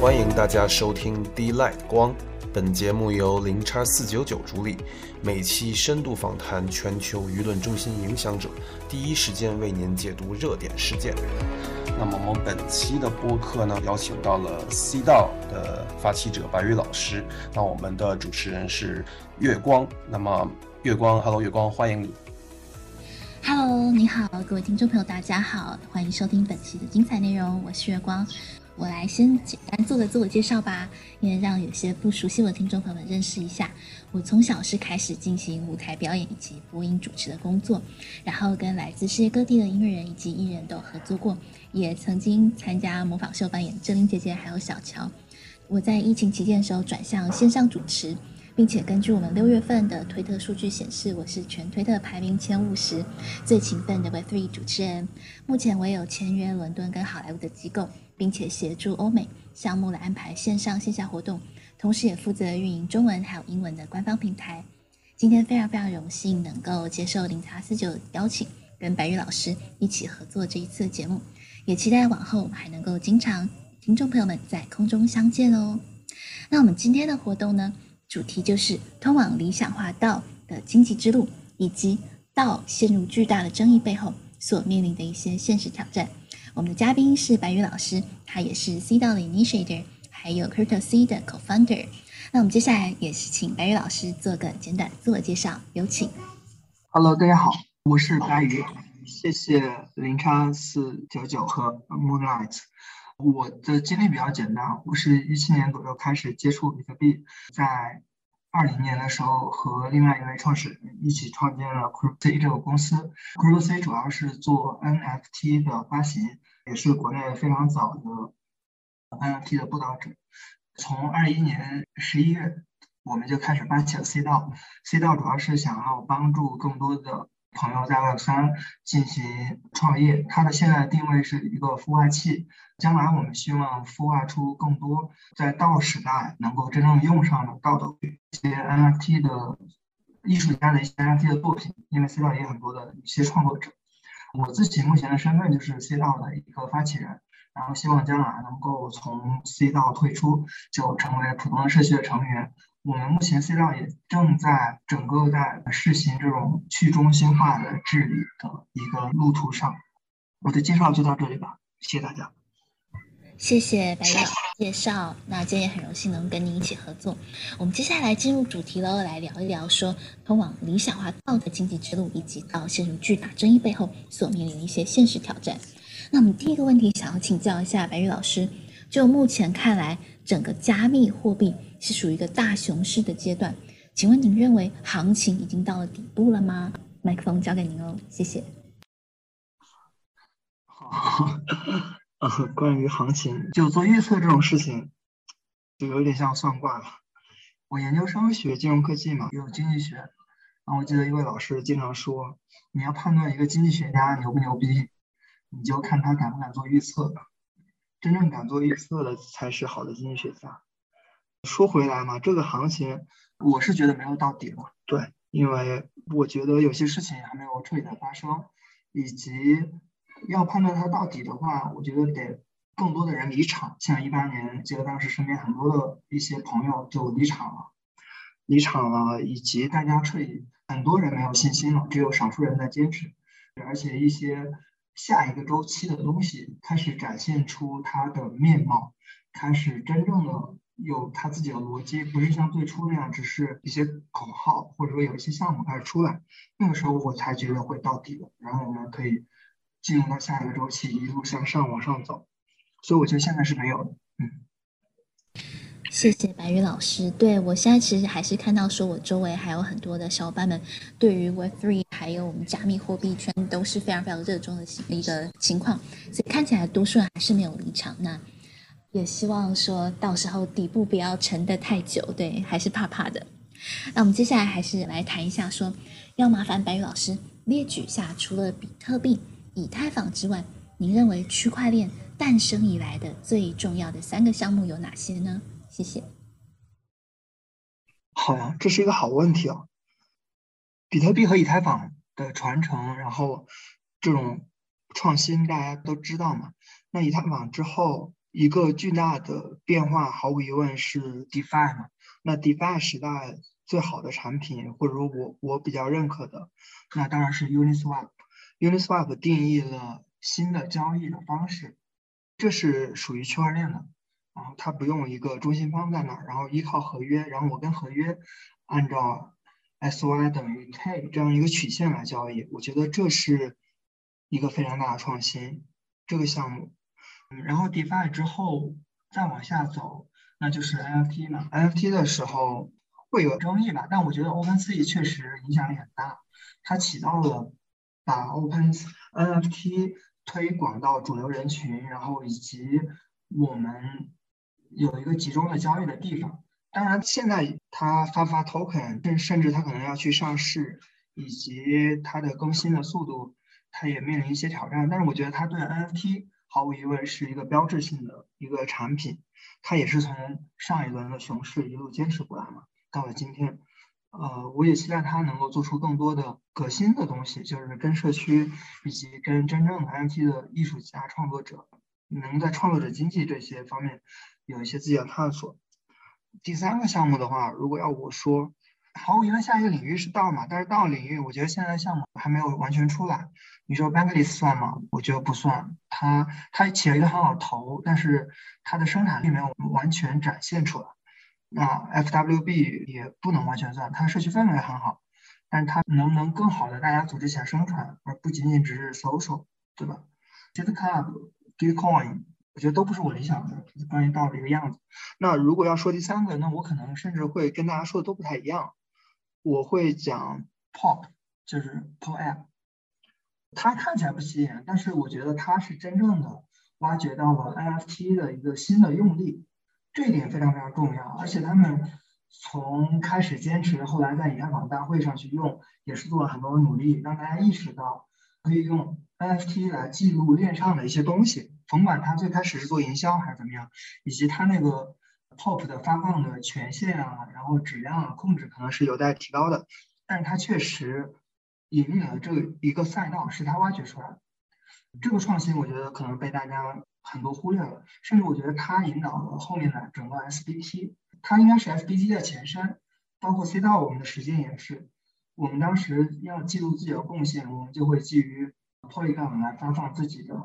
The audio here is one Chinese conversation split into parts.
欢迎大家收听 D-Light 光，本节目由0x499主理，每期深度访谈全球舆论中心影响者，第一时间为您解读热点事件。那么我们本期的播客呢，邀请到了 C 道的发起者白宇老师，那我们的主持人是月光。那么月光 ，Hello 月光，欢迎你。 Hello， 你好，各位听众朋友，大家好，欢迎收听本期的精彩内容，我是月光。我来先简单做个自我介绍吧，因为让有些不熟悉我的听众朋友们认识一下。我从小是开始进行舞台表演以及播音主持的工作，然后跟来自世界各地的音乐人以及艺人都合作过，也曾经参加模仿秀扮演志玲姐姐还有小乔。我在疫情期间的时候转向线上主持，并且根据我们6月份的推特数据显示，我是全推特排名前50最勤奋的 Web3 主持人。目前我也有签约伦敦跟好莱坞的机构，并且协助欧美项目来安排线上线下活动，同时也负责运营中文还有英文的官方平台。今天非常非常荣幸能够接受0x49邀请，跟白宇老师一起合作这一次的节目，也期待往后我们还能够经常听众朋友们在空中相见哦。那我们今天的活动呢，主题就是通往理想化道的经济之路，以及道陷入巨大的争议背后所面临的一些现实挑战。我们的嘉宾是白宇老师，他也是 C 道的 Initiator， 还有 Crypto.C 的 Co-Founder。那我们接下来也是请白宇老师做个简短自我介绍，有请。 Hello， 大家好，我是白宇，谢谢0x499和 Moonlight。我的经历比较简单，我是17年左右开始接触比特币，在20年的时候和另外一位创始人一起创建了 Crypto.C 这个公司。Crypto.C 主要是做 NFT 的发行，也是国内非常早的 NFT 的布道者。从21年11月，我们就开始发起了 C 道。C 道主要是想要帮助更多的朋友在 Web3 进行创业，它的现在的定位是一个孵化器，将来我们希望孵化出更多在道时代能够真正用上的道的一些 NFT 的艺术家的一些 NFT 的作品，因为 C 道也有很多的一些创作者。我自己目前的身份就是 C 道的一个发起人，然后希望将来能够从 C 道退出，就成为普通的社区的成员。我们目前 C 道也正在整个在试行这种去中心化的治理的一个路途上。我的介绍就到这里吧，谢谢大家。 谢谢白宇老师介绍，那今天也很荣幸能跟您一起合作。我们接下来进入主题了，来聊一聊说通往理想化道的经济之路，以及道陷入巨大争议背后所面临的一些现实挑战。那我们第一个问题想要请教一下白宇老师，就目前看来，整个加密货币是属于一个大熊市的阶段，请问您认为行情已经到了底部了吗？麦克风交给您哦，谢谢。 好，关于行情，就做预测这种事情，就有点像算卦了。我研究生学金融科技嘛，也有经济学。然后我记得一位老师经常说，你要判断一个经济学家牛不牛逼，你就看他敢不敢做预测。真正敢做预测的才是好的经济学家。说回来嘛，这个行情我是觉得没有到底了，对，因为我觉得有些事情还没有彻底的发生，以及要判断它到底的话，我觉得得更多的人离场。像18年，记得当时身边很多的一些朋友就离场了，以及大家很多人没有信心了，只有少数人在坚持，而且一些下一个周期的东西开始展现出它的面貌，开始真正的有它自己的逻辑，不是像最初那样只是一些口号，或者说有一些项目开始出来，那个时候我才觉得会到底了，然后我们可以进入到下一个周期，一路向上往上走。所以我觉得现在是没有的。 谢谢白宇老师。对，我现在其实还是看到说，我周围还有很多的小伙伴们对于 Web3 还有我们加密货币圈都是非常非常热衷的一个情况，所以看起来多数人还是没有离场。那也希望说到时候底部不要沉得太久，对，还是怕怕的。那我们接下来还是来谈一下说，要麻烦白宇老师列举下除了比特币、以太坊之外，您认为区块链诞生以来的最重要的3个项目有哪些呢？谢谢。 好呀，这是一个好问题哦。比特币和以太坊的传承，然后这种创新大家都知道嘛。那以太坊之后一个巨大的变化毫无疑问是 DeFi 嘛。那 DeFi 时代最好的产品，或者说我比较认可的，那当然是 Uniswap。Uniswap 定义了新的交易的方式，这是属于区块链的。然后它不用一个中心方在那儿，然后依靠合约，然后我跟合约按照 SY 等于 K 这样一个曲线来交易，我觉得这是一个非常大的创新，这个项目。然后 DeFi 之后再往下走，那就是 NFT 嘛。NFT 的时候会有争议吧，但我觉得 OpenSea 确实影响力很大，它起到了把 NFT 推广到主流人群，然后以及我们有一个集中的交易的地方。当然，现在它发 token，甚至它可能要去上市，以及它的更新的速度，它也面临一些挑战。但是我觉得它对 NFT 毫无疑问是一个标志性的一个产品，它也是从上一轮的熊市一路坚持过来嘛，到了今天。我也期待它能够做出更多的革新的东西，就是跟社区以及跟真正的 NFT 的艺术家创作者，能在创作者经济这些方面有一些自己的探索。第三个项目的话，如果要我说，毫无疑问下一个领域是道嘛，但是道领域我觉得现在项目还没有完全出来。你说 Bankless 算吗？我觉得不算，它起了一个很好的头，但是它的生产力没有完全展现出来。那 FWB 也不能完全算，它的社区氛围很好，但是它能不能更好的大家组织起来生产，而不仅仅只是 social， 对吧 ？GitHub、Gitcoin， 我觉得都不是我理想的关于道的一个样子。那如果要说第三个，那我可能甚至会跟大家说的都不太一样，我会讲 Pop， 就是 Pop App， 它看起来不起眼，但是我觉得它是真正的挖掘到了 NFT 的一个新的用力。这一点非常非常重要，而且他们从开始坚持，后来在以太坊大会上去用，也是做了很多努力，让大家意识到可以用 NFT 来记录链上的一些东西，甭管它最开始是做营销还是怎么样，以及它那个 POP 的发放的权限啊，然后质量啊控制可能是有待提高的，但是它确实引领了这一个赛道，是它挖掘出来的。这个创新我觉得可能被大家很多忽略了，甚至我觉得它引导了后面的整个 SBT， 它应该是 SBT 的前身，包括 C 道我们的实践也是，我们当时要记录自己的贡献，我们就会基于 Polygon 来发放自己的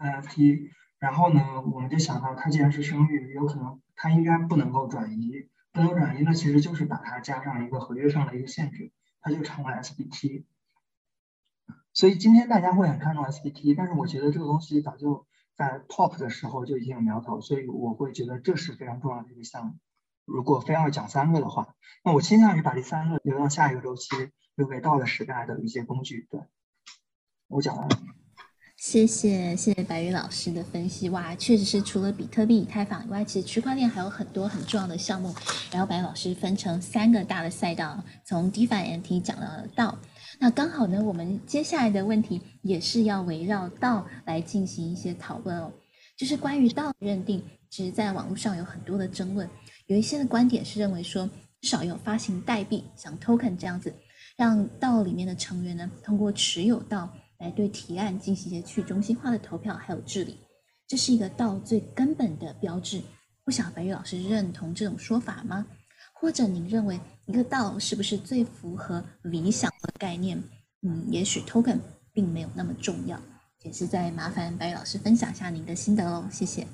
NFT， 然后呢，我们就想到它既然是声誉，有可能它应该不能够转移，不能转移呢，其实就是把它加上一个合约上的一个限制，它就成了 SBT。所以今天大家会很看重 SBT， 但是我觉得这个东西早就在 POP 的时候就已经有苗头，所以我会觉得这是非常重要的一个项目。如果非要讲三个的话，那我倾向于把第三个留到下一个周期，留给到了时代的一些工具。对，我讲完了。 谢谢白宇老师的分析。哇，确实是除了比特币、以太坊以外，其实区块链还有很多很重要的项目。然后白宇老师分成3个大的赛道，从 DeFi、NFT 讲到了道。那刚好呢，我们接下来的问题也是要围绕道来进行一些讨论哦。就是关于道认定，其实在网络上有很多的争论。有一些的观点是认为说，至少有发行代币，像 token 这样子，让道里面的成员呢，通过持有道来对提案进行一些去中心化的投票还有治理，这是一个道最根本的标志。不晓得白宇老师认同这种说法吗？或者您认为一个道是不是最符合理想的概念？也许 token 并没有那么重要，也是再麻烦白宇老师分享一下您的心得喽，谢谢。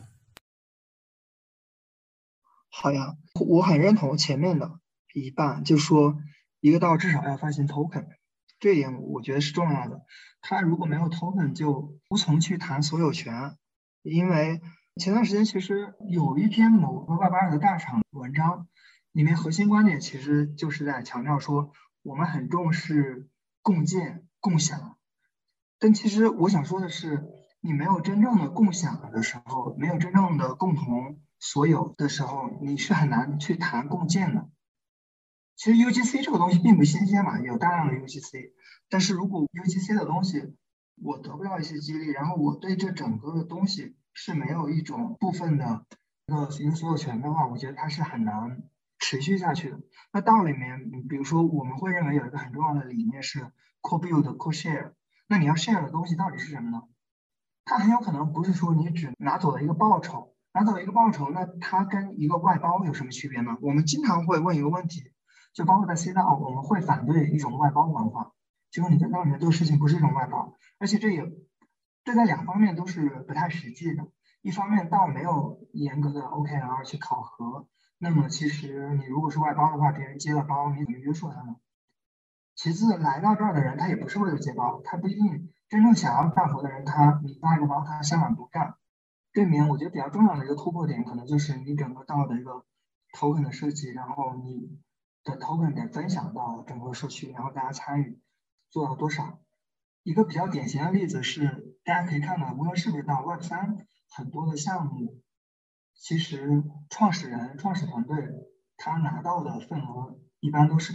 好呀，我很认同前面的一半，就说一个道至少要发行 token， 这一点我觉得是重要的。它如果没有 token， 就无从去谈所有权。因为前段时间其实有一篇某个Web2的大厂文章，里面核心观点其实就是在强调说，我们很重视共建、共享。但其实我想说的是，你没有真正的共享的时候，没有真正的共同所有的时候，你是很难去谈共建的。其实 UGC 这个东西并不新鲜嘛，有大量的 UGC， 但是如果 UGC 的东西我得不到一些激励，然后我对这整个的东西是没有一种部分的一个所有权的话，我觉得它是很难持续下去的。那道里面，比如说我们会认为有一个很重要的理念是 co-build、co-share。那你要 share 的东西到底是什么呢？它很有可能不是说你只拿走了一个报酬， 拿走一个报酬，那它跟一个外包有什么区别呢？我们经常会问一个问题，就包括在 C 道，我们会反对一种外包文化，就是你在道里面做事情不是一种外包，而且这在两方面都是不太实际的。一方面，道没有严格的 OKR 去考核，那么其实你如果是外包的话，别人接了包，你怎么约束他呢？其次，来到这儿的人，他也不是为了接包，他不一定真正想要干活的人，你发一个包，他相反不干。这里面我觉得比较重要的一个突破点，可能就是你整个道的一个 token 的设计，然后你的 token 得分享到整个社区，然后大家参与做到多少。一个比较典型的例子是，大家可以看到，无论是不是到 Web3，很多的项目，其实创始团队他拿到的份额一般都是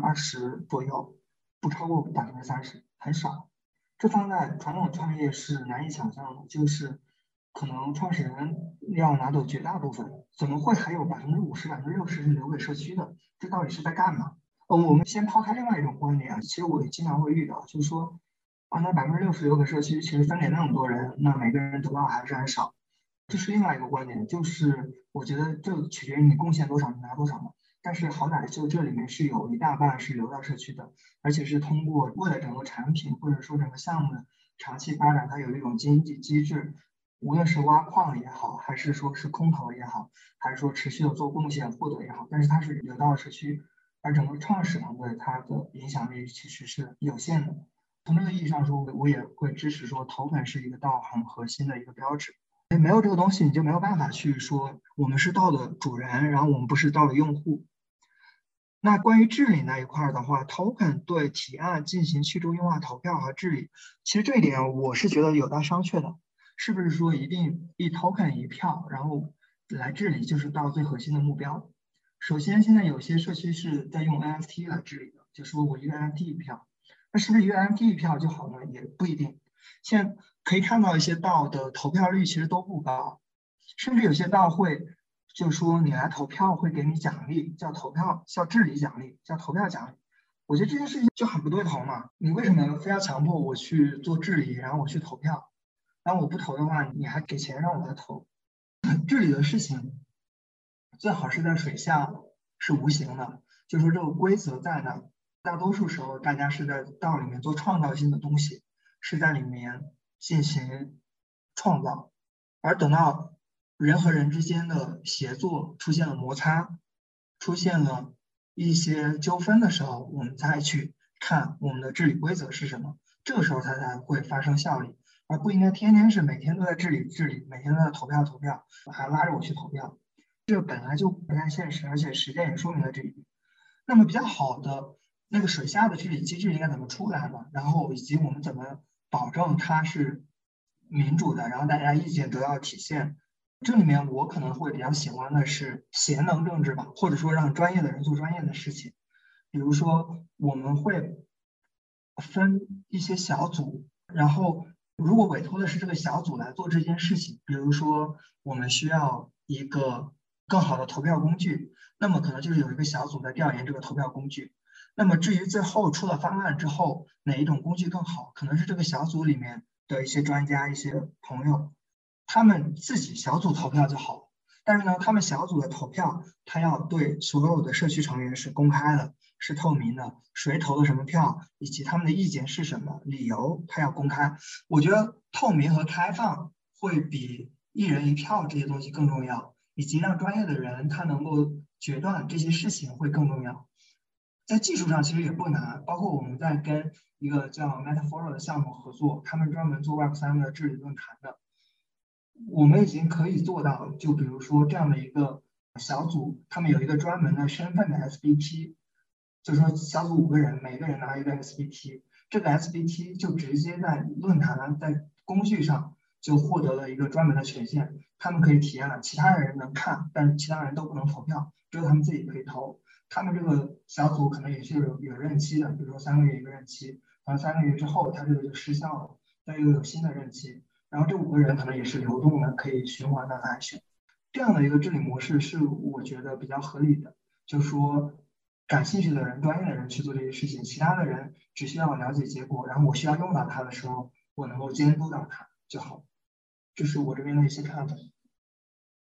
20%左右，不超过30%，很少。这放在传统创业是难以想象的，就是可能创始人要拿走绝大部分，怎么会还有50%、60%是留给社区的？这到底是在干嘛？我们先抛开另外一种观点啊，其实我也经常会遇到，就是说，那60%留给社区，其实分给那么多人，那每个人得到还是很少。这是另外一个观点，就是我觉得这取决于你贡献多少，你拿多少嘛。但是好歹就这里面是有一大半是流到社区的，而且是通过为了整个产品或者说整个项目的长期发展，它有一种经济机制，无论是挖矿也好，还是说是空投也好，还是说持续的做贡献获得也好，但是它是流到社区，而整个创始团队它的影响力其实是有限的。从这个意义上说，我也会支持说投本是一个道很核心的一个标志。没有这个东西，你就没有办法去说我们是道的主人，然后我们不是道的用户。那关于治理那一块的话 ，token 对提案进行去中心化投票和治理，其实这一点我是觉得有待商榷的。是不是说一定一 token 一票，然后来治理就是道最核心的目标？首先，现在有些社区是在用 NFT 来治理的，就说我一个 NFT 一票，那是不是一个 NFT 一票就好呢？也不一定。现在可以看到一些道的投票率其实都不高，甚至有些道会就说你来投票会给你奖励，叫投票叫治理奖励，叫投票奖励。我觉得这件事情就很不对头嘛，你为什么非要强迫我去做治理，然后我去投票，然后我不投的话，你还给钱让我来投？治理的事情最好是在水下是无形的，就说这个规则在那，大多数时候大家是在道里面做创造性的东西，是在里面进行创造，而等到人和人之间的协作出现了摩擦，出现了一些纠纷的时候，我们再去看我们的治理规则是什么，这个时候它才会发生效力，而不应该天天是每天都在治理，每天都在投票，还拉着我去投票，这本来就不太现实，而且实践也说明了这一点。那么比较好的那个水下的治理机制应该怎么出来呢？然后以及我们怎么保证它是民主的，然后大家意见得到体现。这里面我可能会比较喜欢的是贤能政治吧，或者说让专业的人做专业的事情。比如说我们会分一些小组，然后如果委托的是这个小组来做这件事情，比如说我们需要一个更好的投票工具，那么可能就是有一个小组在调研这个投票工具。那么至于最后出了方案之后，哪一种工具更好，可能是这个小组里面的一些专家、一些朋友，他们自己小组投票就好了。但是呢，他们小组的投票，他要对所有的社区成员是公开的，是透明的，谁投了什么票，以及他们的意见是什么，理由他要公开。我觉得透明和开放会比一人一票这些东西更重要，以及让专业的人他能够决断这些事情会更重要。在技术上其实也不难，包括我们在跟一个叫 Metaphora 的项目合作，他们专门做 Web3 的治理论坛的，我们已经可以做到，就比如说这样的一个小组，他们有一个专门的身份的 SBT， 就是说小组5个人，每个人拿一个 SBT， 这个 SBT 就直接在论坛在工具上就获得了一个专门的权限，他们可以体验了，其他人能看，但是其他人都不能投票，只有他们自己可以投。他们这个小组可能也是有任期的，比如说3个月一个任期，然后3个月之后它这个就失效了，但又有新的任期。然后这5个人可能也是流动的，可以循环的来选。这样的一个治理模式是我觉得比较合理的，就是说感兴趣的人、专业的人去做这些事情，其他的人只需要了解结果，然后我需要用到它的时候，我能够监督到它就好。这是我这边的一些看法。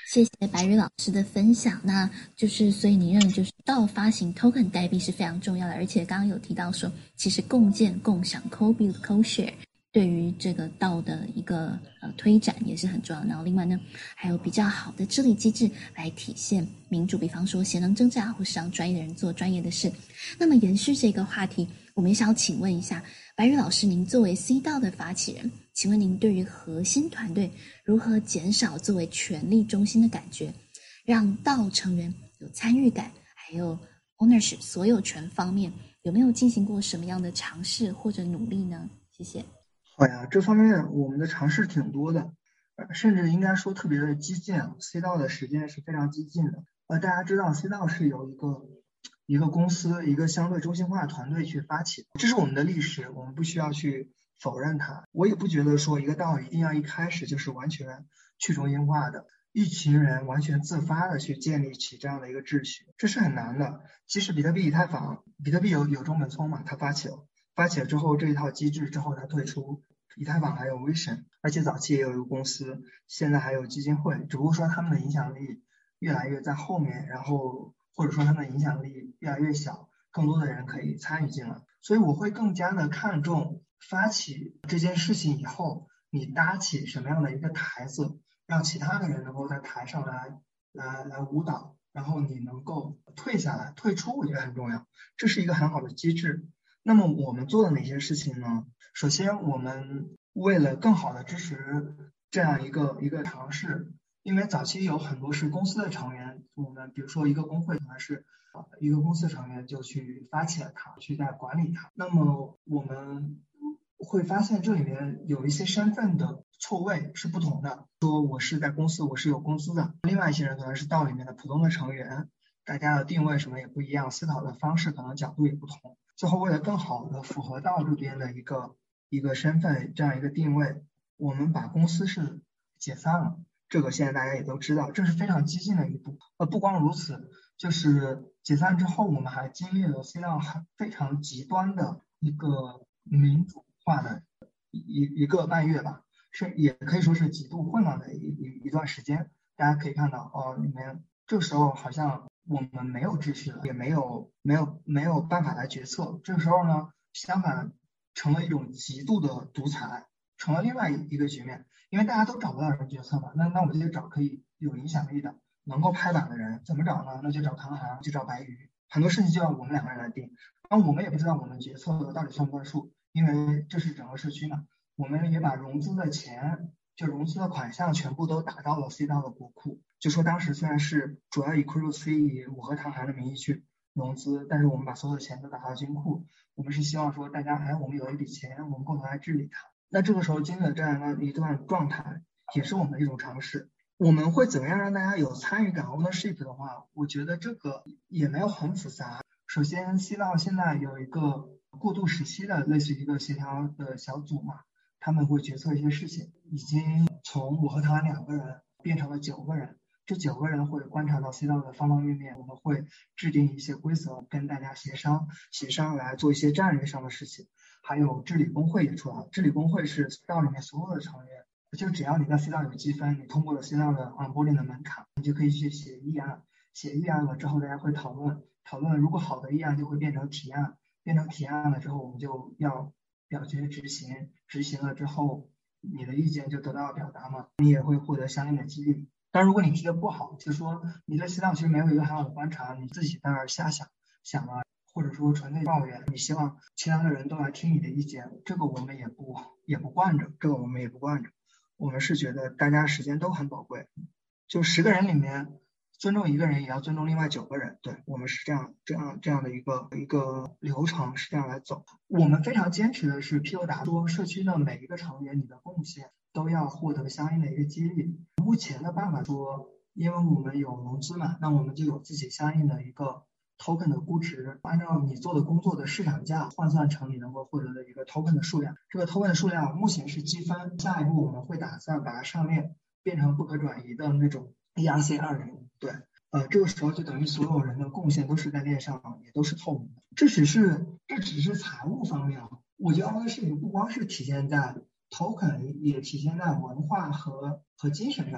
谢谢白宇老师的分享。那就是所以您认为就是DAO发行 token 代币是非常重要的，而且刚刚有提到说其实共建共享 co-build co-share 对于这个DAO的一个推展也是很重要的。然后另外呢还有比较好的治理机制来体现民主，比方说贤能政治或是让专业的人做专业的事。那么延续这个话题，我们也想请问一下白宇老师，您作为 CDAO 的发起人，请问您对于核心团队如何减少作为权力中心的感觉，让DAO成员有参与感，还有 ownership 所有权方面，有没有进行过什么样的尝试或者努力呢？谢谢。 好呀，这方面我们的尝试挺多的，甚至应该说特别的激进。CDAO 的时间是非常激进的。大家知道 CDAO 是由一个公司一个相对中心化的团队去发起的，这是我们的历史，我们不需要去否认它。我也不觉得说一个DAO一定要一开始就是完全去中心化的，一群人完全自发的去建立起这样的一个秩序，这是很难的。其实比特币以太坊，比特币有中本聪嘛，他发起了之后这一套机制之后他退出，以太坊还有 Vision， 而且早期也有一个公司，现在还有基金会，只不过说他们的影响力越来越在后面，然后或者说他们的影响力越来越小，更多的人可以参与进来。所以我会更加的看重发起这件事情以后你搭起什么样的一个台子，让其他的人能够在台上来舞蹈，然后你能够退下来退出，我觉得很重要，这是一个很好的机制。那么我们做了哪些事情呢？首先我们为了更好的支持这样一个尝试，因为早期有很多是公司的成员，我们比如说一个工会可能是一个公司成员就去发起了它，去在管理它，那么我们会发现这里面有一些身份的错位是不同的，说我是在公司，我是有工资的，另外一些人可能是DAO里面的普通的成员，大家的定位什么也不一样，思考的方式可能角度也不同。最后为了更好的符合DAO这边的一个身份这样一个定位，我们把公司是解散了，这个现在大家也都知道，这是非常激进的一步。不光如此，就是解散之后我们还经历了CDAO非常极端的一个民主化的一个半月吧，也可以说是极度混乱的一段时间。大家可以看到里面这时候好像我们没有秩序了，也没有办法来决策。这个时候呢，相反成了一种极度的独裁，成了另外一个局面。因为大家都找不到人决策嘛，那我们就找可以有影响力的能够拍板的人，怎么找呢？那就找唐涵，就找白宇，很多事情就要我们两个人来定。然后我们也不知道我们决策到底算不算数，因为这是整个社区嘛。我们也把融资的钱，就融资的款项全部都打到了 CDAO 的国库。就说当时虽然是主要以 Cruise 以我和唐涵的名义去融资，但是我们把所有的钱都打到金库。我们是希望说大家我们有一笔钱，我们共同来治理它。那这个时候经历了这样一段状态，也是我们的一种尝试。我们会怎么样让大家有参与感 ownership 的话，我觉得这个也没有很复杂。首先CDAO现在有一个过渡时期的类似于一个协调的小组嘛，他们会决策一些事情，已经从我和唐涵2个人变成了9个人，这9个人会观察到 CDAO 的方方面面，我们会制定一些规则跟大家协商来做一些战略上的事情。还有治理工会也出来了，治理工会是 CDAO 里面所有的成员，就只要你在 CDAO 有积分，你通过了 CDAO 的 onboarding 的门槛，你就可以去写议案，写议案了之后大家会讨论，如果好的议案就会变成提案，变成提案了之后我们就要表决执行，执行了之后你的意见就得到表达嘛，你也会获得相应的激励。但如果你提的不好，就说你对 CDAO 其实没有一个很好的观察，你自己在那儿瞎想了，或者说纯粹抱怨，你希望其他的人都来听你的意见，这个我们也不惯着，我们是觉得大家时间都很宝贵，就10个人里面尊重1个人也要尊重另外9个人，对，我们是这样的一个流程，是这样来走。我们非常坚持的是 POW 说社区的每一个成员你的贡献都要获得相应的一个激励。目前的办法说，因为我们有融资嘛，那我们就有自己相应的一个 token 的估值，按照你做的工作的市场价换算成你能够获得的一个 token 的数量。这个 token 的数量目前是积分，下一步我们会打算把它上链变成不可转移的那种 ERC20， 对，这个时候就等于所有人的贡献都是在链上，也都是透明的。这只是财务方面，我觉得 ownership 不光是体现在 token， 也体现在文化和精神上。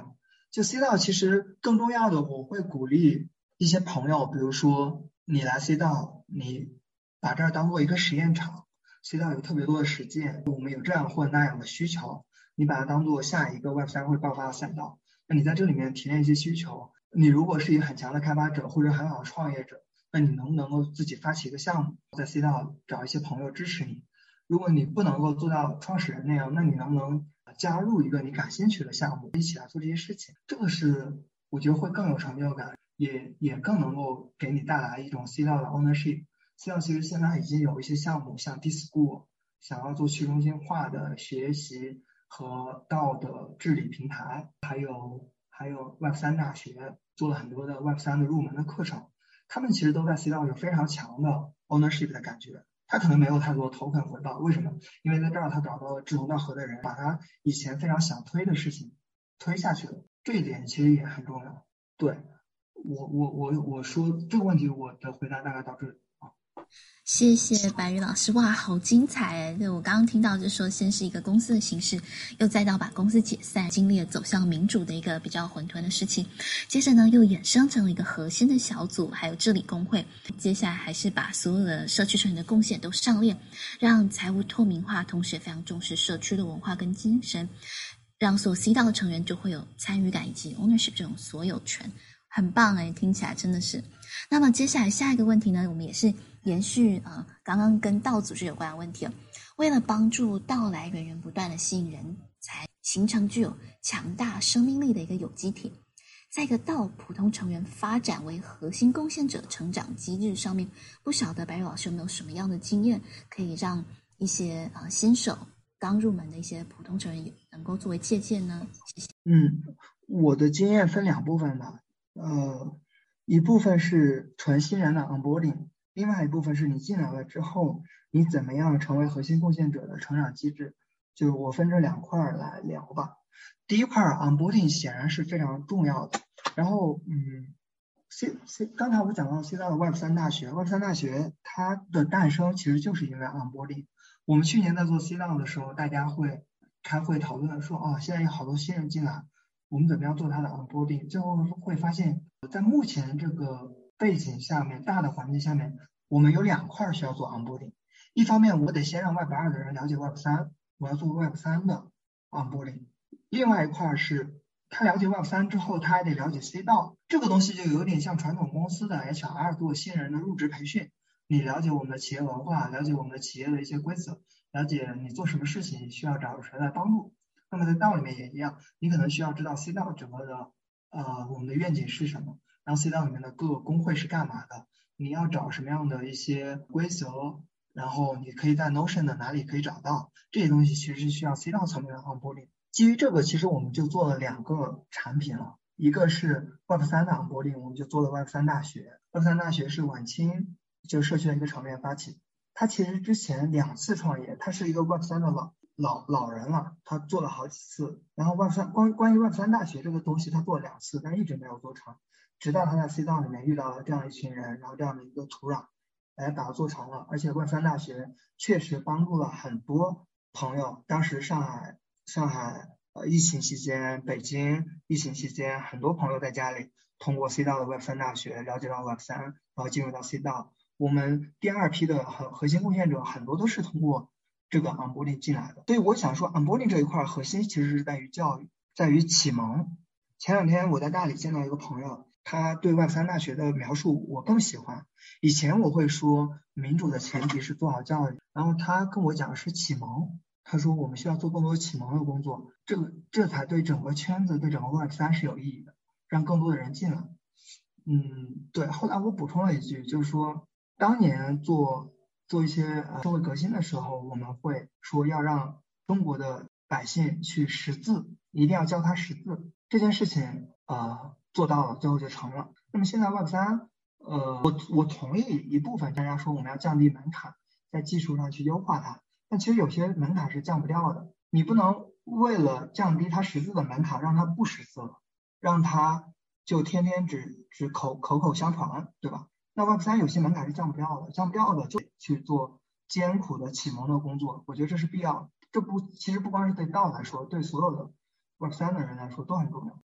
就 C 道其实更重要的，我会鼓励一些朋友，比如说你来 C 道，你把这儿当做一个实验场。C 道有特别多的实践，我们有这样或那样的需求，你把它当做下一个 Web3 会爆发的赛道。那你在这里面提炼一些需求，你如果是一个很强的开发者或者很好的创业者，那你能不能够自己发起一个项目，在 C 道找一些朋友支持你？如果你不能够做到创始人那样，那你能不能加入一个你感兴趣的项目，一起来做这些事情？这个是我觉得会更有成就感，也更能够给你带来一种 C 道的 ownership。C 道其实现在已经有一些项目，像 D-School 想要做去中心化的学习和道的治理平台，还有 Web3 大学做了很多的 Web3 的入门的课程，他们其实都在 C 道有非常强的 ownership 的感觉。他可能没有太多token回报，为什么？因为在这儿他找到了志同道合的人，把他以前非常想推的事情推下去了，这一点其实也很重要。对，我说这个问题，我的回答大概到这里。 谢谢白宇老师，哇，好精彩哎！对，我刚刚听到就是说，先是一个公司的形式，又再到把公司解散，经历了走向民主的一个比较混沌的事情，接着呢又衍生成了一个核心的小组，还有治理工会，接下来还是把所有的社区成员的贡献都上链，让财务透明化，同时也非常重视社区的文化跟精神，让所有 C 道的成员就会有参与感以及 ownership 这种所有权，很棒哎，听起来真的是。那么接下来下一个问题呢，我们也是延续刚刚跟道组织有关的问题了。为了帮助道来源源不断的吸引人才，形成具有强大生命力的一个有机体，在一个道普通成员发展为核心贡献者成长机制上面，不晓得白宇老师有没有什么样的经验，可以让一些新手刚入门的一些普通成员能够作为借鉴呢？谢谢。 我的经验分两部分吧，一部分是纯新人的 onboarding， 另外一部分是你进来了之后，你怎么样成为核心贡献者的成长机制。就我分这两块来聊吧。第一块 onboarding 显然是非常重要的。然后刚才我讲到 C 道的 Web3 大学 ，Web3 大学它的诞生其实就是因为 onboarding。我们去年在做 C 道的时候，大家会开会讨论说，现在有好多新人进来，我们怎么样做它的 onboarding？ 最后会发现，在目前这个背景下面，大的环境下面，我们有两块需要做 onboarding。一方面，我得先让 Web2 的人了解 Web3， 我要做 Web3 的 onboarding。另外一块是他了解 Web3 之后，他还得了解 C 道，这个东西就有点像传统公司的 HR 做新人的入职培训。你了解我们的企业文化，了解我们的企业的一些规则，了解你做什么事情需要找谁来帮助。那么在道里面也一样，你可能需要知道 C 道整个的我们的愿景是什么，然后 C 道里面的各个工会是干嘛的，你要找什么样的一些规则，然后你可以在 Notion 的哪里可以找到这些东西，其实是需要 C 道层面的 onboarding。基于这个，其实我们就做了两个产品了，一个是 Web3 的 onboarding， 我们就做了 Web3 大学。Web3 大学是晚清就社区的一个成员发起，他其实之前2次创业，他是一个 Web3 的老人了，他做了好几次。然后 Web3 关于 Web3 大学这个东西，他做了2次，但一直没有做成，直到他在 C 道里面遇到了这样一群人，然后这样的一个土壤，来把它做成了。而且 Web3 大学确实帮助了很多朋友。当时上海疫情期间，北京疫情期间，很多朋友在家里通过 C 道的 Web3 大学了解到 Web3， 然后进入到 C 道。我们第2批的核心贡献者很多都是通过这个 onboarding 进来的。所以我想说 onboarding 这一块核心其实是在于教育，在于启蒙。前2天我在大理见到一个朋友，他对 Web3 大学的描述我更喜欢。以前我会说民主的前提是做好教育，然后他跟我讲是启蒙，他说我们需要做更多启蒙的工作，这才对整个圈子对整个 Web3 是有意义的，让更多的人进来。对。后来我补充了一句，就是说当年做一些社会革新的时候，我们会说要让中国的百姓去识字，一定要教他识字。这件事情做到了，最后就成了。那么现在 Web3 我同意一部分大家说我们要降低门槛，在技术上去优化它，但其实有些门槛是降不掉的。你不能为了降低他识字的门槛让他不识字了，让他就天天只口相传，对吧？那 Web3 有些门槛是降不掉的就去做艰苦的启蒙的工作，我觉得这是必要的。其实不光是对道来说，对所有的 Web3 的人来说都很重要。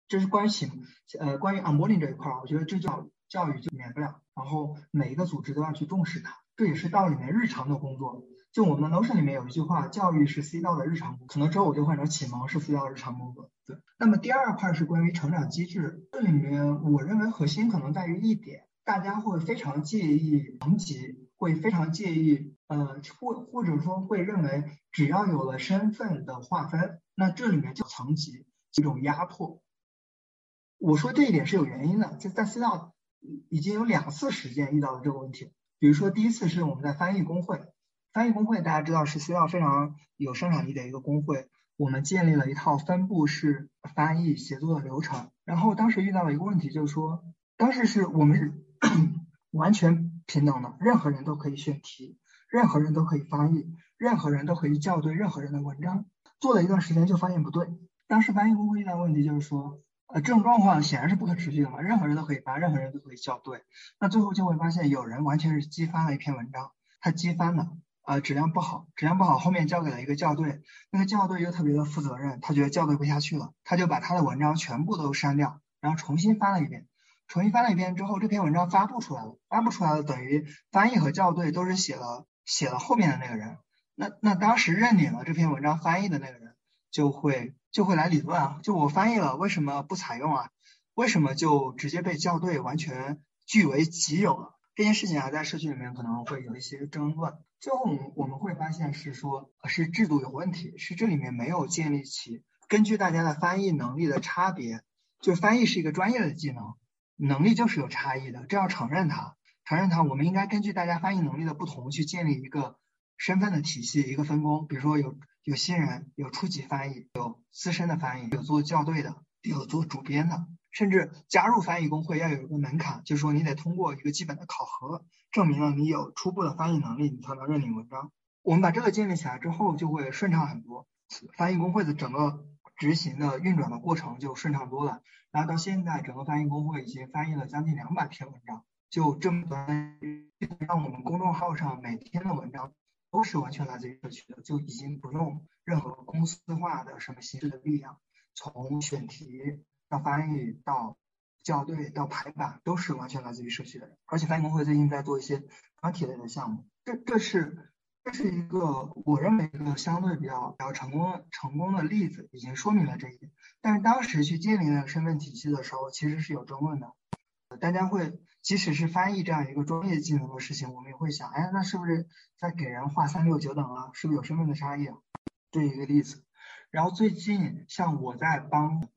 这是关于 onboarding 这一块，我觉得这教育就免不了，然后每一个组织都要去重视它，这也是道里面日常的工作。就我们的 Notion 里面有一句话，教育是 C 道的日常工作，可能之后我就换成启蒙是 C 道的日常工作。对，那么第二块是关于成长机制，这里面我认为核心可能在于一点，大家会非常介意层级，会非常介意或者说会认为只要有了身份的划分，那这里面就层级一种压迫。我说这一点是有原因的，就在 C 道已经有2次实践遇到了这个问题。比如说第一次是我们在翻译工会，翻译工会大家知道是 C 道非常有生产力的一个工会，我们建立了一套分布式翻译协作的流程。然后当时遇到了一个问题，就是说当时是我们是完全平等的，任何人都可以选题，任何人都可以翻译，任何人都可以校对任何人的文章。做了一段时间就发现不对，当时翻译工会遇到问题就是说这种状况显然是不可持续的嘛，任何人都可以翻，任何人都可以校对，那最后就会发现有人完全是机翻了一篇文章，他机翻了质量不好，后面交给了一个校对，那个校对又特别的负责任，他觉得校对不下去了，他就把他的文章全部都删掉，然后重新翻了一遍之后，这篇文章发布出来了等于翻译和校对都是写了后面的那个人，那当时认领了这篇文章翻译的那个人就会来理论啊，就我翻译了为什么不采用啊，为什么就直接被校对完全据为己有了，这件事情在社区里面可能会有一些争论。最后我们会发现是说是制度有问题，是这里面没有建立起根据大家的翻译能力的差别，就翻译是一个专业的技能，能力就是有差异的，这要承认它，我们应该根据大家翻译能力的不同去建立一个身份的体系，一个分工，比如说有新人，有初级翻译，有资深的翻译，有做校对的，有做主编的，甚至加入翻译工会要有一个门槛，就是说你得通过一个基本的考核，证明了你有初步的翻译能力，你才能认领文章。我们把这个建立起来之后就会顺畅很多，翻译工会的整个执行的运转的过程就顺畅多了。然后到现在整个翻译工会已经翻译了将近200篇文章，就这么短，让我们公众号上每天的文章都是完全来自于社区的，就已经不用任何公司化的什么形式的力量，从选题到翻译到校对到排版都是完全来自于社区的人。而且翻译工会最近在做一些专题类的项目，这是一个我认为一个相对比较成功的例子，已经说明了这一点。但是当时去建立那个身份体系的时候其实是有争论的，大家会即使是翻译这样一个专业技能的事情，我们也会想，那是不是在给人画3、6、9等啊？是不是有身份的差异啊？这一个例子。然后最近像我在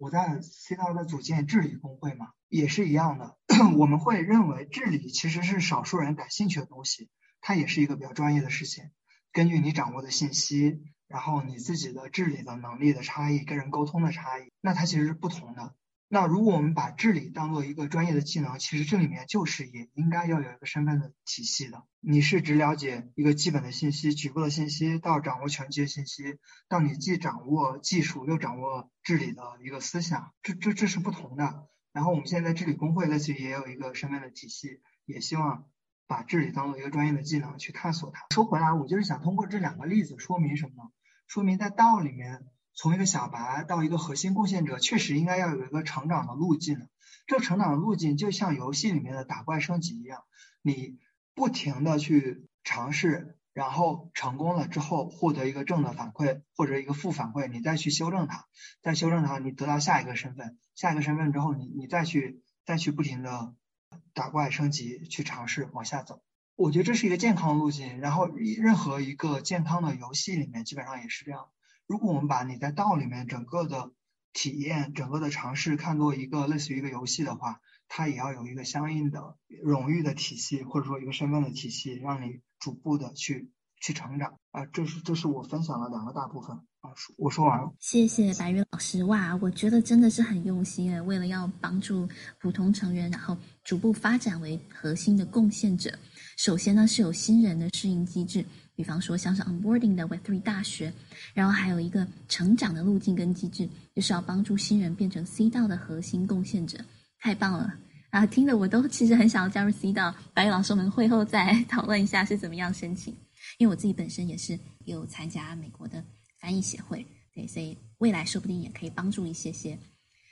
C 道在组建治理工会嘛，也是一样的我们会认为治理其实是少数人感兴趣的东西，它也是一个比较专业的事情，根据你掌握的信息，然后你自己的治理的能力的差异，跟人沟通的差异，那它其实是不同的。那如果我们把治理当做一个专业的技能，其实这里面就是也应该要有一个身份的体系的。你是只了解一个基本的信息，局部的信息，到掌握全局的信息，到你既掌握技术又掌握治理的一个思想，这是不同的。然后我们现在治理工会类似于也有一个身份的体系，也希望把治理当做一个专业的技能去探索它。说回来，我就是想通过这2个例子说明什么？说明在道里面从一个小白到一个核心贡献者，确实应该要有一个成长的路径的。这个成长的路径就像游戏里面的打怪升级一样，你不停的去尝试，然后成功了之后获得一个正的反馈或者一个负反馈，你再去修正它，你得到下一个身份之后，你再去不停的打怪升级，去尝试往下走。我觉得这是一个健康的路径，然后任何一个健康的游戏里面基本上也是这样。如果我们把你在道里面整个的体验，整个的尝试看作一个类似于一个游戏的话，它也要有一个相应的荣誉的体系，或者说一个身份的体系，让你逐步的去成长这是我分享的2个大部分我说完了。 谢谢白宇老师。哇，我觉得真的是很用心耶，为了要帮助普通成员，然后逐步发展为核心的贡献者，首先呢是有新人的适应机制，比方说像是 onboarding 的 Web3 大学，然后还有一个成长的路径跟机制，就是要帮助新人变成 C 道的核心贡献者。太棒了啊！听得我都其实很想要加入 C 道，白宇老师我们会后再讨论一下是怎么样申请，因为我自己本身也是有参加美国的翻译协会，对，所以未来说不定也可以帮助一些。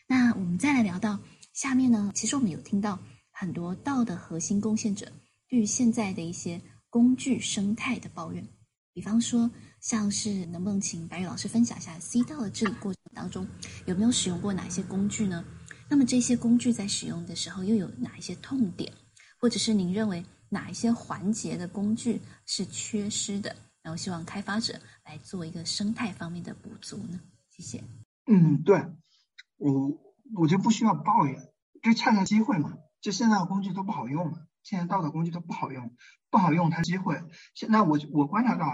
那我们再来聊到下面呢，其实我们有听到很多道的核心贡献者对于现在的一些工具生态的抱怨，比方说像是能不能请白宇老师分享一下 C 道的治理过程当中有没有使用过哪些工具呢？那么这些工具在使用的时候又有哪一些痛点，或者是您认为哪一些环节的工具是缺失的，然后希望开发者来做一个生态方面的补足呢？谢谢。 对，我就不需要抱怨，这恰恰机会嘛，就现在的工具都不好用嘛，现在道的工具都不好用它机会。现在我观察到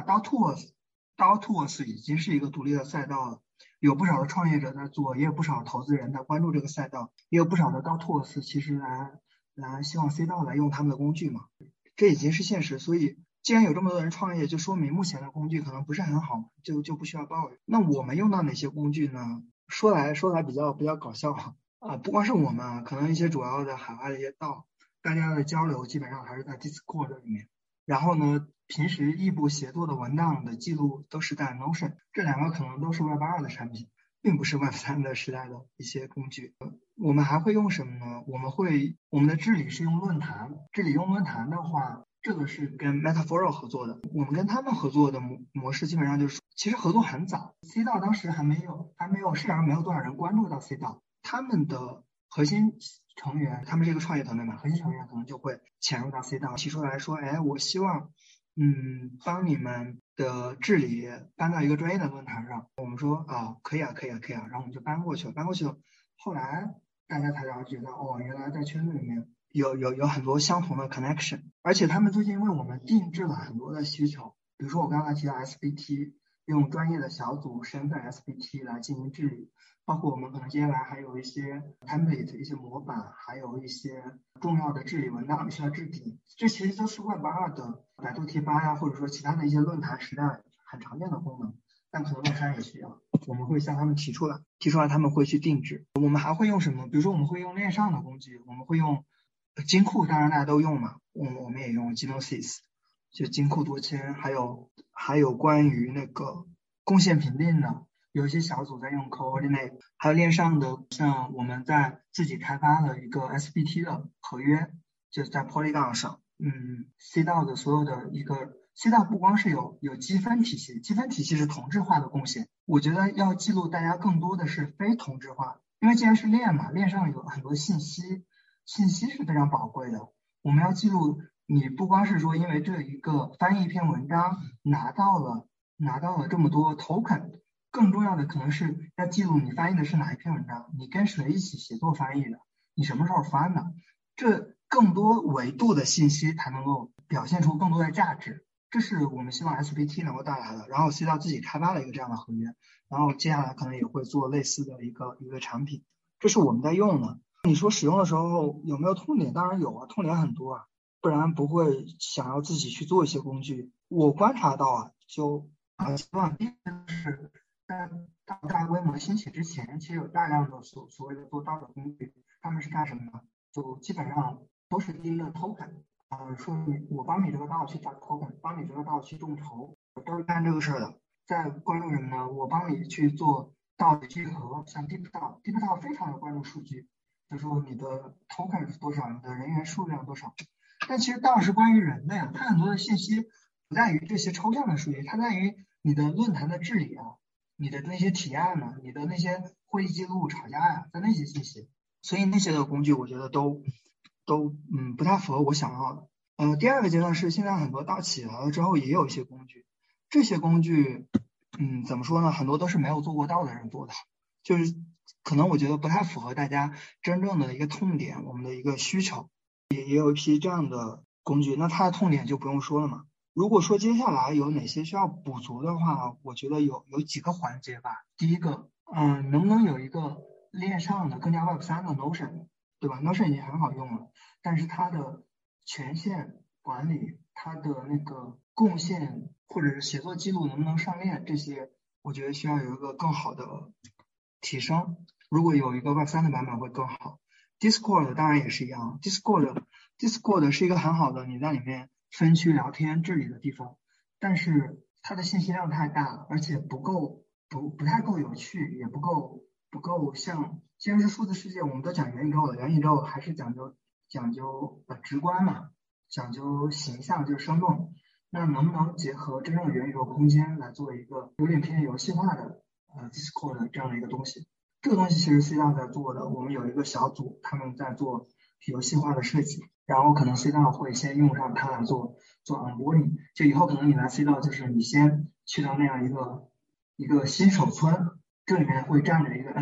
DAO-Tools 已经是一个独立的赛道了，有不少的创业者在做，也有不少投资人在关注这个赛道，也有不少的DAO-Tools 其实来希望 C 道来用他们的工具嘛，这已经是现实。所以既然有这么多人创业，就说明目前的工具可能不是很好，就不需要抱怨。那我们用到哪些工具呢？说来比较搞笑啊，不光是我们，可能一些主要的海外的一些道，大家的交流基本上还是在 Discord 里面，然后呢，平时异步协作的文档的记录都是在 Notion， 这两个可能都是 Web2 的产品，并不是 Web3 的时代的一些工具。我们还会用什么呢？我们的治理是用论坛，用论坛的话，这个是跟 Metaphoro 合作的，我们跟他们合作的模式基本上就是，其实合作很早 ，C 道当时还没有市场上没有多少人关注到 C 道，他们的核心成员，他们是一个创业团队嘛，核心成员可能就会潜入到 C 道，提出来说，我希望帮你们的治理搬到一个专业的论坛上。我们说可以啊，然后我们就搬过去了。后来大家才了解到，原来在圈子里面有很多相同的 connection， 而且他们最近为我们定制了很多的需求，比如说我刚才提到 SBT， 用专业的小组身份 SBT 来进行治理，包括我们可能接下来还有一些 template 一些模板，还有一些重要的治理文档需要制定，这其实都是 Web2 的百度贴吧呀，或者说其他的一些论坛时代很常见的功能，但可能Web3也需要，我们会向他们提出来他们会去定制。我们还会用什么？比如说我们会用链上的工具，我们会用金库，当然大家都用嘛，我们也用 Genesis， 就金库多签，还有关于那个贡献评定的，有一些小组在用 Coordinate， 还有链上的，像我们在自己开发了一个 SBT 的合约，就是在 Polygon 上。C 道的所有的一个 C 道不光是有积分体系，积分体系是同质化的贡献，我觉得要记录大家更多的是非同质化，因为既然是链嘛，链上有很多信息是非常宝贵的，我们要记录你不光是说因为这一个翻译一篇文章拿到了这么多 token， 更重要的可能是要记录你翻译的是哪一篇文章，你跟谁一起协作翻译的，你什么时候翻的，这更多维度的信息才能够表现出更多的价值，这是我们希望 SBT 能够带来的。然后 C 道自己开发了一个这样的合约，然后接下来可能也会做类似的一个产品，这是我们在用的。你说使用的时候有没有痛点？当然有啊，痛点很多啊，不然不会想要自己去做一些工具。我观察到就希望第一个是在大规模兴起之前，其实有大量的所谓的做道的工具，他们是干什么呢？就基本上都是盯着 token， 说我帮你这个道去找 token， 帮你这个道去众筹，都是干这个事的。在关注什么呢？我帮你去做道的聚合，像 Deep道非常的关注数据，就说你的 token 是多少，你的人员数量多少。但其实道是关于人的呀，它很多的信息不在于这些抽象的数据，它在于你的论坛的治理啊，你的那些提案啊，你的那些会议记录、吵架呀，在那些信息。所以那些的工具我觉得都不太符合我想要的。第二个阶段是现在很多道起来了之后也有一些工具，这些工具怎么说呢，很多都是没有做过道的人做的，就是可能我觉得不太符合大家真正的一个痛点，我们的一个需求，也有一批这样的工具，那它的痛点就不用说了嘛。如果说接下来有哪些需要补足的话，我觉得有几个环节吧。第一个能不能有一个链上的更加 Web3 的 Notion， 对吧？ Notion 已经很好用了，但是它的权限管理，它的那个贡献或者是协作记录能不能上链，这些我觉得需要有一个更好的提升，如果有一个 Web3 的版本会更好。 Discord 当然也是一样， Discord 是一个很好的你在里面分区聊天治理的地方，但是它的信息量太大了，而且不太够有趣，也不够不够像，既然是数字世界，我们都讲元宇宙了，元宇宙还是讲究直观嘛，讲究形象，就是生动。那能不能结合真正的元宇宙空间来做一个有点偏游戏化的Discord 这样的一个东西？这个东西其实 C 道在做的，我们有一个小组，他们在做游戏化的设计，然后可能 C 道会先用上它来做 onboarding， 就以后可能你来 C 道就是你先去到那样一个新手村，这里面会站着一个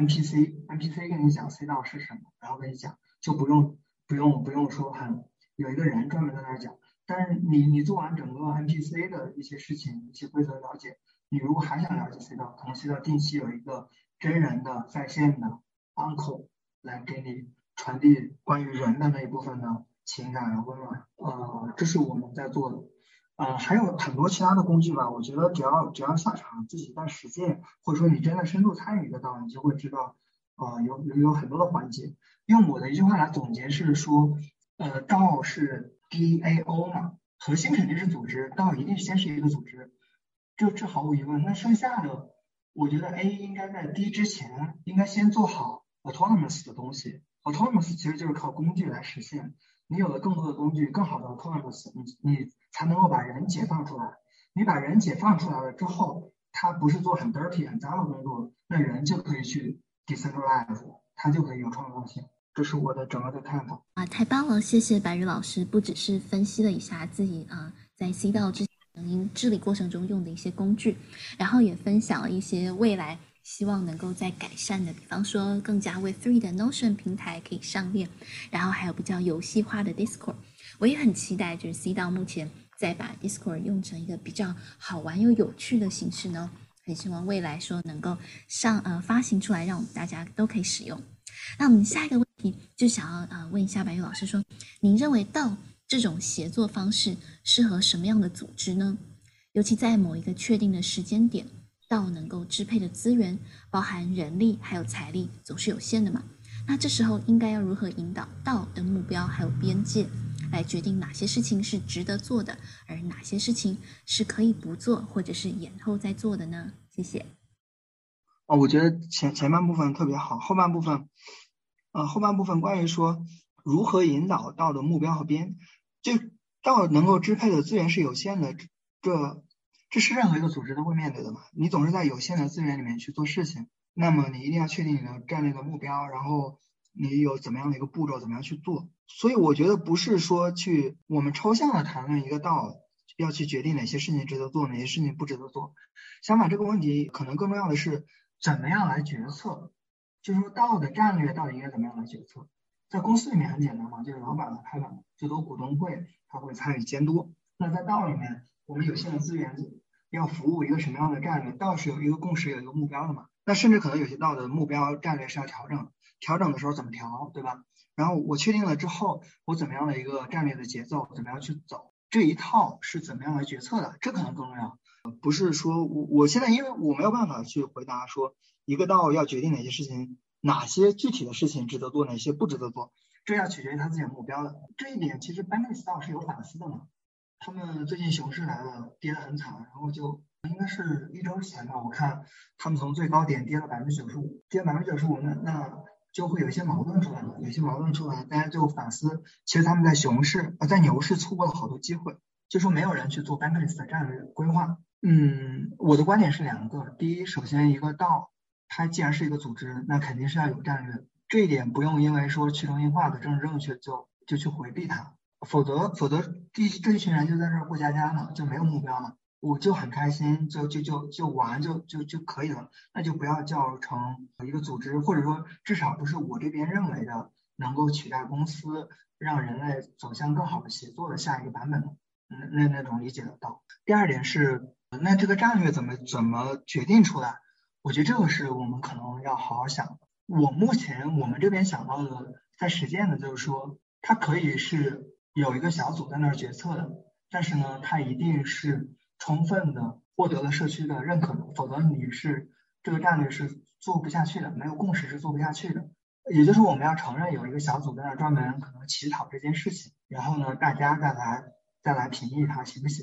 NPC 跟你讲 C 道是什么，然后跟你讲，就不用说有一个人专门在那讲。但是你做完整个 NPC 的一些事情，一些规则了解，你如果还想了解 C 道，可能 C 道定期有一个真人的在线的 uncle 来给你传递关于人的那一部分的情感和温暖，这是我们在做的。还有很多其他的工具吧，我觉得只要下场自己在实践，或者说你真的深度参与得到，你就会知道，有很多的环节。用我的一句话来总结是说，道是 DAO 嘛，核心肯定是组织，道一定先是一个组织，这毫无疑问。那剩下的，我觉得 A 应该在 D 之前，应该先做好 autonomous 的东西。autonomous 其实就是靠工具来实现。你有了更多的工具，更好的 autonomous， 你才能够把人解放出来。你把人解放出来了之后，他不是做很 dirty 很脏的工作，那人就可以去 decentralize， 他就可以有创造性。这是我的整个的看法。 太棒了，谢谢白宇老师，不只是分析了一下自己在 C 道之前治理过程中用的一些工具，然后也分享了一些未来希望能够再改善的，比方说更加 Web3 的 Notion 平台可以上链，然后还有比较游戏化的 Discord。我也很期待，就是 C 道目前再把 Discord 用成一个比较好玩又有趣的形式呢，很希望未来说能够发行出来，让我们大家都可以使用。那我们下一个问题就想要问一下白宇老师说，您认为道这种协作方式适合什么样的组织呢？尤其在某一个确定的时间点，道能够支配的资源，包含人力还有财力，总是有限的嘛。那这时候应该要如何引导道的目标还有边界，来决定哪些事情是值得做的，而哪些事情是可以不做或者是延后再做的呢？谢谢。 我觉得前半部分特别好，后半部分关于说如何引导道的目标和边，就道能够支配的资源是有限的，这是任何一个组织都会面对的嘛。你总是在有限的资源里面去做事情，那么你一定要确定你的战略的目标，然后你有怎么样的一个步骤，怎么样去做。所以我觉得不是说我们抽象的谈论一个道要去决定哪些事情值得做，哪些事情不值得做。相反，这个问题可能更重要的是怎么样来决策，就是说道的战略到底应该怎么样来决策。在公司里面很简单嘛，就是老板来开板，最多股东会他会参与监督。那在道里面，我们有限的资源要服务一个什么样的战略？道是有一个共识，有一个目标的嘛。那甚至可能有些道的目标战略是要调整的时候怎么调，对吧？然后我确定了之后，我怎么样的一个战略的节奏，怎么样去走，这一套是怎么样来决策的，这可能更重要。不是说我现在因为我没有办法去回答说一个道要决定哪些事情，哪些具体的事情值得做，哪些不值得做，这要取决于他自己的目标的。这一点其实 Binance 道是有反思的嘛，他们最近熊市来了，跌得很惨，然后就应该是1周前吧，我看他们从最高点跌了 95%， 跌 95%， 那就会有一些矛盾出来了，大家就反思，其实他们在在牛市错过了好多机会，就说没有人去做 Binance 的战略规划。我的观点是2个，第一，首先一个道它既然是一个组织，那肯定是要有战略，这一点不用因为说去中心化的政治正确就去回避它，否则这一群人就在这儿过家家嘛，就没有目标嘛，我就很开心，就玩就可以了，那就不要叫成一个组织，或者说至少不是我这边认为的能够取代公司，让人类走向更好的协作的下一个版本的那种理解得到。第二点是，那这个战略怎么决定出来？我觉得这个是我们可能要好好想的。目前我们这边想到的，在实践的就是说，它可以是有一个小组在那儿决策的，但是呢，它一定是充分的获得了社区的认可的，否则这个战略是做不下去的，没有共识是做不下去的。也就是我们要承认有一个小组在那儿专门可能起草这件事情，然后呢，大家再来评议它行不行。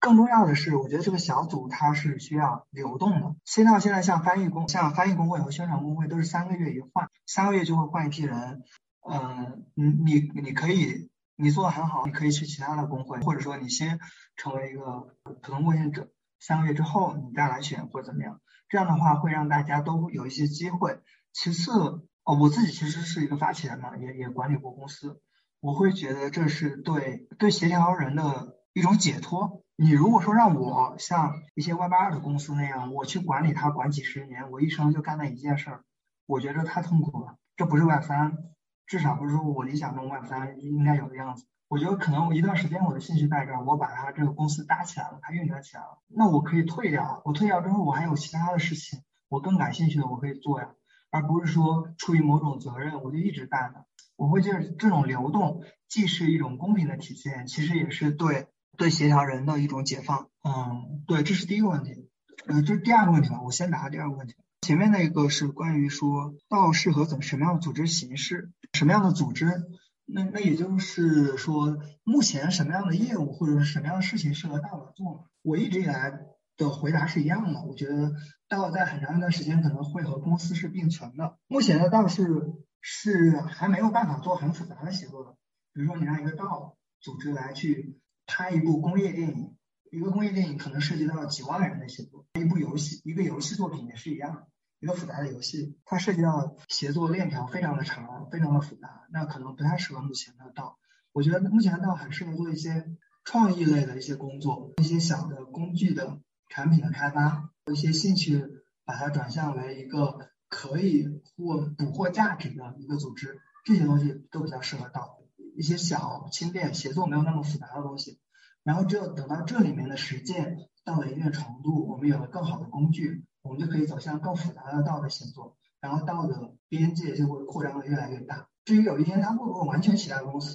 更重要的是，我觉得这个小组它是需要流动的。C 道现在像翻译工会和宣传工会都是3个月一换，3个月就会换一批人。你可以你做的很好，你可以去其他的工会，或者说你先成为一个普通贡献者，3个月之后你再来选或者怎么样。这样的话会让大家都有一些机会。其次，我自己其实是一个发起人嘛，也管理过公司，我会觉得这是对协调人的一种解脱。你如果说让我像一些 Web2 的公司那样，我去管理它管几十年，我一生就干那一件事儿，我觉得太痛苦了。这不是 Web3，至少不是说我理想中 Web3 应该有的样子。我觉得可能我一段时间我的兴趣在这儿，我把它这个公司搭起来了，它运转起来了，那我可以退掉。我退掉之后，我还有其他的事情，我更感兴趣的我可以做呀，而不是说出于某种责任我就一直干的。我会觉得这种流动既是一种公平的体现，其实也是对协调人的一种解放。对，这是第一个问题。这是第二个问题吧，我先答第二个问题。前面那个是关于说道适合什么样的组织形式，什么样的组织，那也就是说目前什么样的业务或者是什么样的事情适合道来做。我一直以来的回答是一样的，我觉得道在很长一段时间可能会和公司是并存的。目前的道是还没有办法做很复杂的协作的，比如说你让一个道组织来去拍一部工业电影，一个工业电影可能涉及到几万人的协作，一个游戏作品也是一样的，一个复杂的游戏，它涉及到协作链条非常的长，非常的复杂，那可能不太适合目前的道。我觉得目前的道很适合做一些创意类的一些工作，一些小的工具的产品的开发，一些兴趣把它转向为一个可以捕获价值的一个组织，这些东西都比较适合道。一些小轻便协作没有那么复杂的东西，然后只有等到这里面的实践到了一定程度，我们有了更好的工具，我们就可以走向更复杂的道的协作，然后道的边界就会扩张的越来越大。至于有一天它会不会完全取代公司，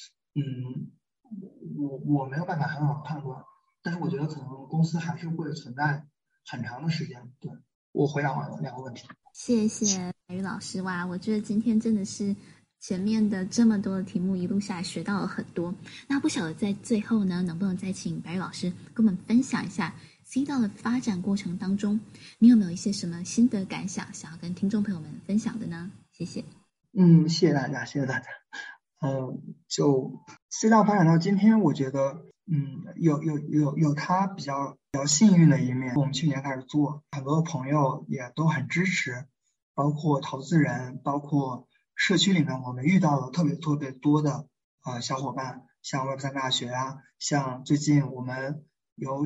我没有办法很好的判断，但是我觉得可能公司还是会存在很长的时间。对，我回答完了2个问题。 谢谢白宇老师。哇，我觉得今天真的是前面的这么多的题目一路下来学到了很多。那不晓得在最后呢，能不能再请白宇老师跟我们分享一下 C 道的发展过程当中，你有没有一些什么心得感想想要跟听众朋友们分享的呢？谢谢。 谢谢大家，谢谢大家。就 C 道发展到今天，我觉得有它比较幸运的一面。我们去年开始做，很多朋友也都很支持，包括投资人，包括社区里面我们遇到了特别多的小伙伴，像 Web3 大学啊，像最近我们有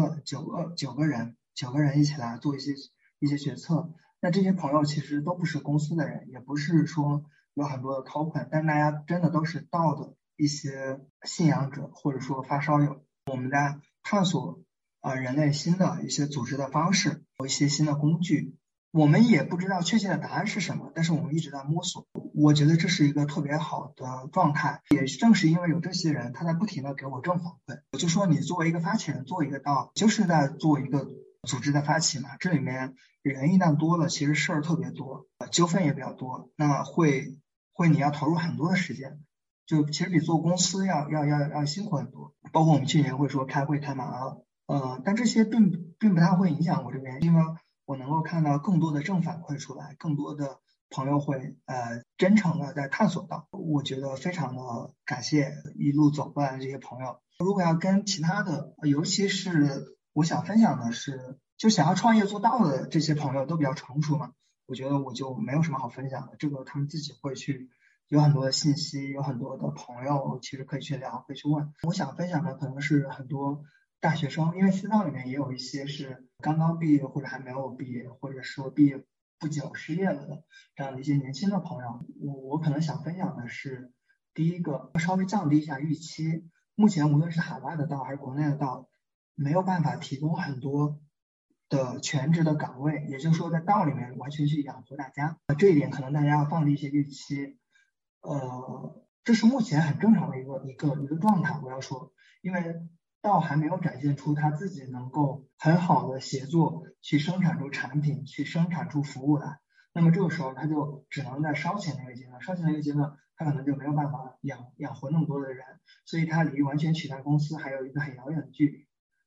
9个人一起来做一些决策。那这些朋友其实都不是公司的人，也不是说有很多的 token， 但大家真的都是道的一些信仰者，或者说发烧友。我们在探索人类新的一些组织的方式，有一些新的工具，我们也不知道确切的答案是什么，但是我们一直在摸索。我觉得这是一个特别好的状态，也正是因为有这些人，他在不停的给我正反馈。我就说你作为一个发起人，做一个道，就是在做一个组织的发起嘛，这里面人一旦多了，其实事儿特别多，纠纷也比较多，那会你要投入很多的时间，就其实比做公司要辛苦很多。包括我们去年会说开会开麻了，但这些并不太会影响我这边，因为我能够看到更多的正反馈出来，更多的朋友会真诚的在探索到，我觉得非常的感谢一路走过来的这些朋友。如果要跟其他的，尤其是我想分享的是，就想要创业做道的这些朋友都比较成熟嘛，我觉得我就没有什么好分享的，这个他们自己会去有很多的信息，有很多的朋友其实可以去聊，可以去问。我想分享的可能是很多大学生，因为C道里面也有一些是刚刚毕业或者还没有毕业，或者说毕业不久失业了的这样的一些年轻的朋友。我可能想分享的是，第一个稍微降低一下预期。目前无论是海外的道还是国内的道，没有办法提供很多的全职的岗位，也就是说在道里面完全去养活大家，这一点可能大家要放低一些预期。这是目前很正常的一个状态。我要说，因为道还没有展现出他自己能够很好的协作去生产出产品，去生产出服务来，那么这个时候他就只能在烧钱那个阶段，他可能就没有办法养活那么多的人，所以他离完全取代公司还有一个很遥远的距离。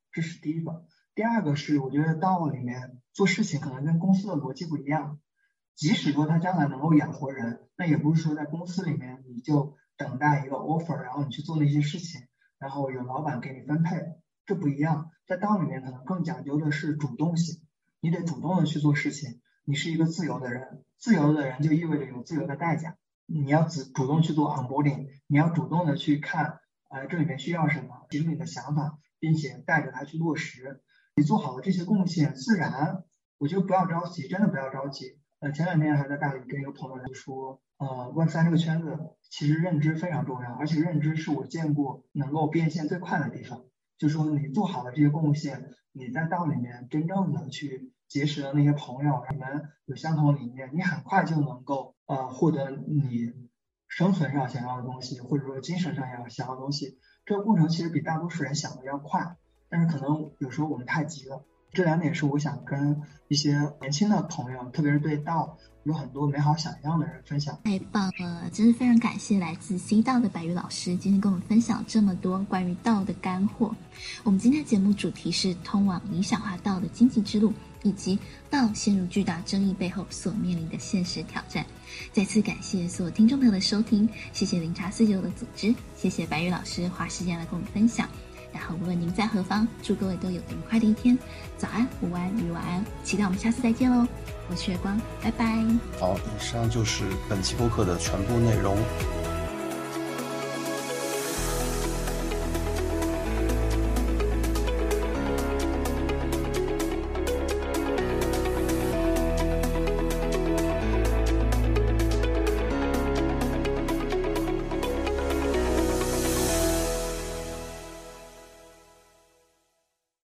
这是第一个。第二个是我觉得道里面做事情可能跟公司的逻辑不一样，即使说它将来能够养活人，那也不是说在公司里面你就等待一个 offer， 然后你去做那些事情，然后有老板给你分配，这不一样。在道里面可能更讲究的是主动性，你得主动的去做事情，你是一个自由的人，自由的人就意味着有自由的代价，你要主动去做 onboarding， 你要主动的去看这里面需要什么，提出你的想法，并且带着它去落实。你做好了这些贡献，自然我觉得不要着急，真的不要着急。前两天还在大理跟一个朋友来说，Web3 这个圈子其实认知非常重要，而且认知是我见过能够变现最快的地方。就是说你做好了这些贡献，你在道里面真正的去结识了那些朋友，你们有相同理念，你很快就能够获得你生存上想要的东西，或者说精神上想要的东西。这个过程其实比大多数人想的要快，但是可能有时候我们太急了。这两点是我想跟一些年轻的朋友，特别是对道有很多美好想象的人分享。 太棒了，真是非常感谢来自 C 道的白宇老师今天跟我们分享这么多关于道的干货。我们今天的节目主题是通往理想化道的经济之路，以及道陷入巨大争议背后所面临的现实挑战。再次感谢所有听众朋友的收听，谢谢零茶49的组织，谢谢白宇老师花时间来跟我们分享。然后无论您在何方，祝各位都有愉快的一天，早安、午安与晚安，期待我们下次再见喽！我是月光，拜拜。 好，以上就是本期播客的全部内容。